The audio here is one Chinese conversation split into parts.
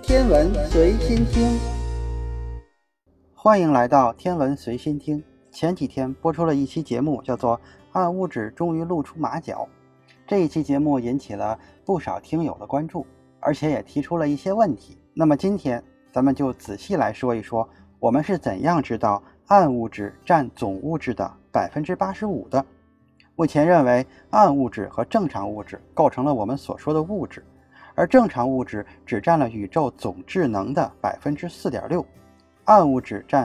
天文随心听，欢迎来到天文随心听。前几天播出了一期节目，叫做《暗物质终于露出马脚》。这一期节目引起了不少听友的关注，而且也提出了一些问题。那么今天咱们就仔细来说一说，我们是怎样知道暗物质占总物质的85%的。目前认为，暗物质和正常物质构成了我们所说的物质，而正常物质只占了宇宙总质能的4.6%，暗物质占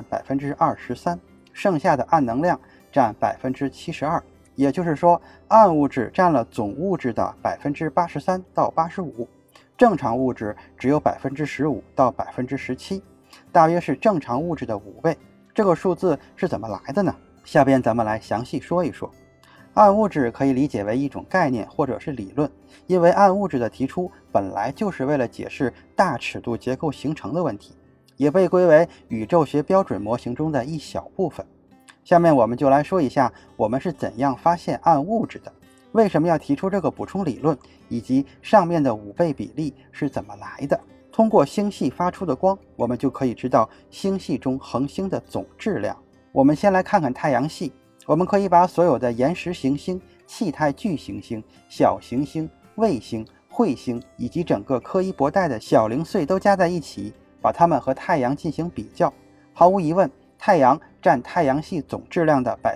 23%，剩下的暗能量占72%。也就是说，暗物质占了总物质的83%到85%，正常物质只有15%到17%，大约是正常物质的5倍。这个数字是怎么来的呢？下边咱们来详细说一说。暗物质可以理解为一种概念或者是理论，因为暗物质的提出本来就是为了解释大尺度结构形成的问题，也被归为宇宙学标准模型中的一小部分。下面我们就来说一下我们是怎样发现暗物质的，为什么要提出这个补充理论，以及上面的5倍比例是怎么来的。通过星系发出的光，我们就可以知道星系中恒星的总质量。我们先来看看太阳系，我们可以把所有的岩石行星、气态巨行星、小行星、卫星、彗星以及整个柯伊伯带的小零碎都加在一起，把它们和太阳进行比较。毫无疑问，太阳占太阳系总质量的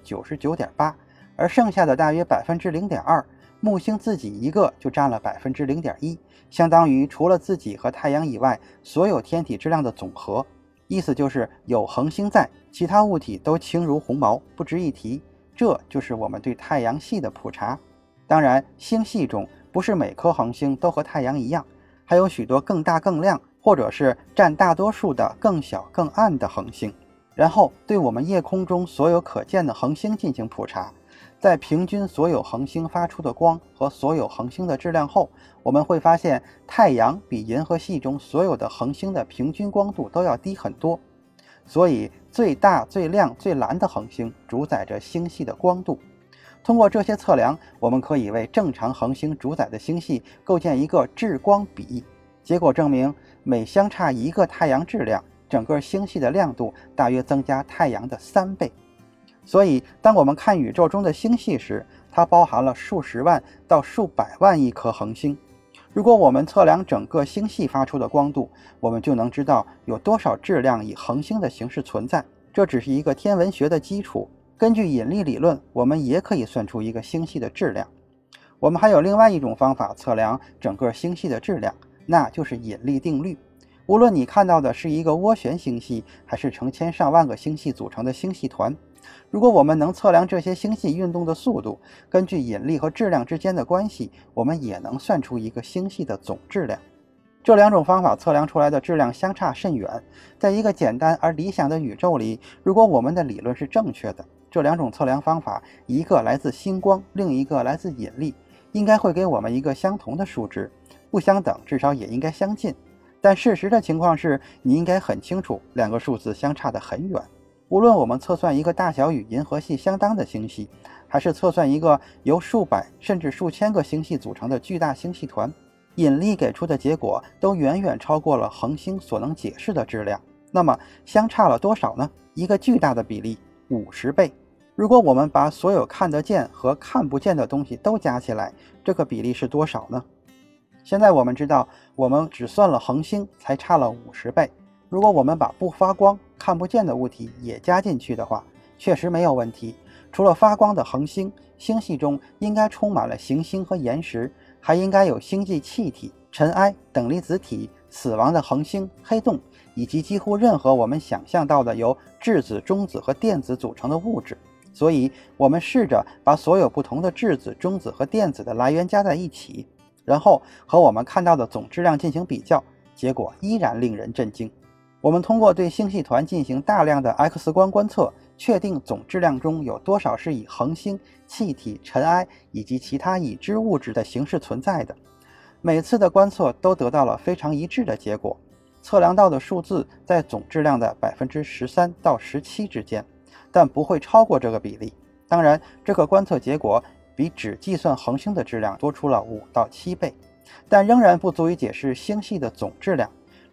99.8%， 而剩下的大约 0.2%， 木星自己一个就占了 0.1%， 相当于除了自己和太阳以外所有天体质量的总和。意思就是有恒星在，其他物体都轻如鸿毛，不值一提。这就是我们对太阳系的普查。当然，星系中不是每颗恒星都和太阳一样，还有许多更大更亮，或者是占大多数的更小更暗的恒星。然后对我们夜空中所有可见的恒星进行普查，在平均所有恒星发出的光和所有恒星的质量后，我们会发现太阳比银河系中所有的恒星的平均光度都要低很多。所以最大、最亮、最蓝的恒星主宰着星系的光度。通过这些测量，我们可以为正常恒星主宰的星系构建一个质光比。结果证明，每相差1个太阳质量，整个星系的亮度大约增加太阳的3倍。所以当我们看宇宙中的星系时，它包含了数十万到数百万亿颗恒星。如果我们测量整个星系发出的光度，我们就能知道有多少质量以恒星的形式存在。这只是一个天文学的基础，根据引力理论，我们也可以算出一个星系的质量。我们还有另外一种方法测量整个星系的质量，那就是引力定律。无论你看到的是一个涡旋星系，还是成千上万个星系组成的星系团，如果我们能测量这些星系运动的速度，根据引力和质量之间的关系，我们也能算出一个星系的总质量。这两种方法测量出来的质量相差甚远，在一个简单而理想的宇宙里，如果我们的理论是正确的，这两种测量方法，一个来自星光，另一个来自引力，应该会给我们一个相同的数值，不相等，至少也应该相近。但事实的情况是，你应该很清楚，两个数字相差得很远。无论我们测算一个大小与银河系相当的星系，还是测算一个由数百甚至数千个星系组成的巨大星系团，引力给出的结果都远远超过了恒星所能解释的质量。那么相差了多少呢？一个巨大的比例，50倍。如果我们把所有看得见和看不见的东西都加起来，这个比例是多少呢？现在我们知道，我们只算了恒星才差了50倍。如果我们把不发光、看不见的物体也加进去的话，确实没有问题。除了发光的恒星，星系中应该充满了行星和岩石，还应该有星际气体、尘埃、等离子体、死亡的恒星、黑洞，以及几乎任何我们想象到的由质子、中子和电子组成的物质。所以我们试着把所有不同的质子、中子和电子的来源加在一起，然后和我们看到的总质量进行比较，结果依然令人震惊。我们通过对星系团进行大量的 X 光观测，确定总质量中有多少是以恒星、气体、尘埃以及其他已知物质的形式存在的。每次的观测都得到了非常一致的结果，测量到的数字在总质量的 13%到17%之间，但不会超过这个比例。当然，这个观测结果比只计算恒星的质量多出了5到7倍，但仍然不足以解释星系的总质量。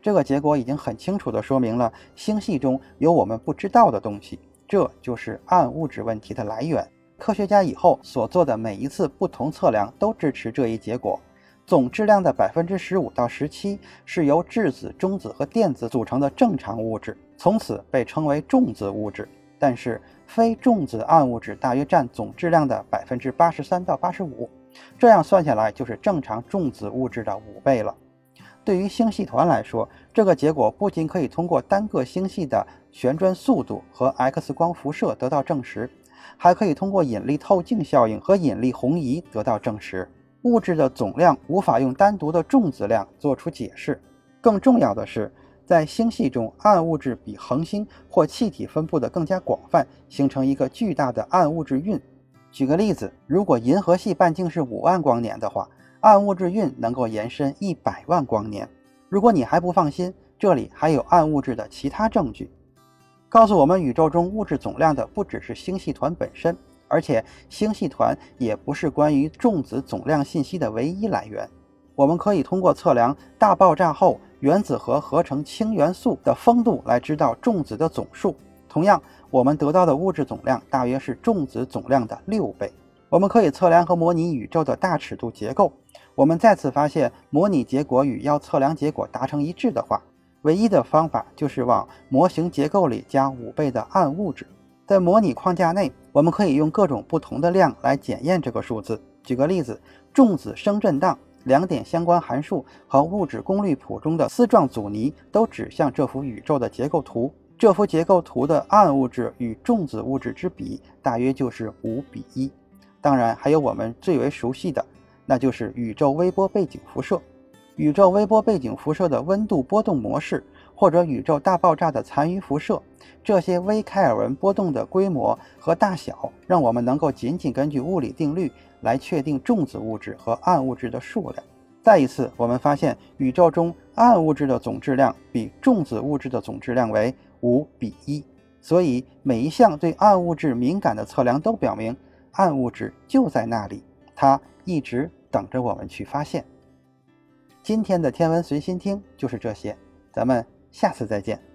这个结果已经很清楚地说明了星系中有我们不知道的东西，这就是暗物质问题的来源。科学家以后所做的每一次不同测量都支持这一结果。总质量的 15%到17%是由质子、中子和电子组成的正常物质，从此被称为重子物质。但是非重子暗物质大约占总质量的 83%到85%，这样算下来就是正常重子物质的5倍了。对于星系团来说，这个结果不仅可以通过单个星系的旋转速度和 X 光辐射得到证实，还可以通过引力透镜效应和引力红移得到证实。物质的总量无法用单独的重子量做出解释。更重要的是，在星系中，暗物质比恒星或气体分布的更加广泛，形成一个巨大的暗物质晕。举个例子，如果银河系半径是5万光年的话，暗物质晕能够延伸100万光年。如果你还不放心，这里还有暗物质的其他证据，告诉我们宇宙中物质总量的不只是星系团本身，而且星系团也不是关于重子总量信息的唯一来源。我们可以通过测量大爆炸后原子核合成氢元素的丰度来知道重子的总数。同样，我们得到的物质总量大约是重子总量的6倍。我们可以测量和模拟宇宙的大尺度结构。我们再次发现，模拟结果与要测量结果达成一致的话，唯一的方法就是往模型结构里加5倍的暗物质。在模拟框架内，我们可以用各种不同的量来检验这个数字。举个例子，重子声振荡、两点相关函数和物质功率谱中的丝状阻尼都指向这幅宇宙的结构图。这幅结构图的暗物质与重子物质之比大约就是5:1。当然，还有我们最为熟悉的，那就是宇宙微波背景辐射。宇宙微波背景辐射的温度波动模式，或者宇宙大爆炸的残余辐射，这些微开尔文波动的规模和大小，让我们能够仅仅根据物理定律来确定重子物质和暗物质的数量。再一次，我们发现宇宙中暗物质的总质量比重子物质的总质量为5:1。所以每一项对暗物质敏感的测量都表明，暗物质就在那里，它一直等着我们去发现。今天的天文随心听就是这些，咱们下次再见。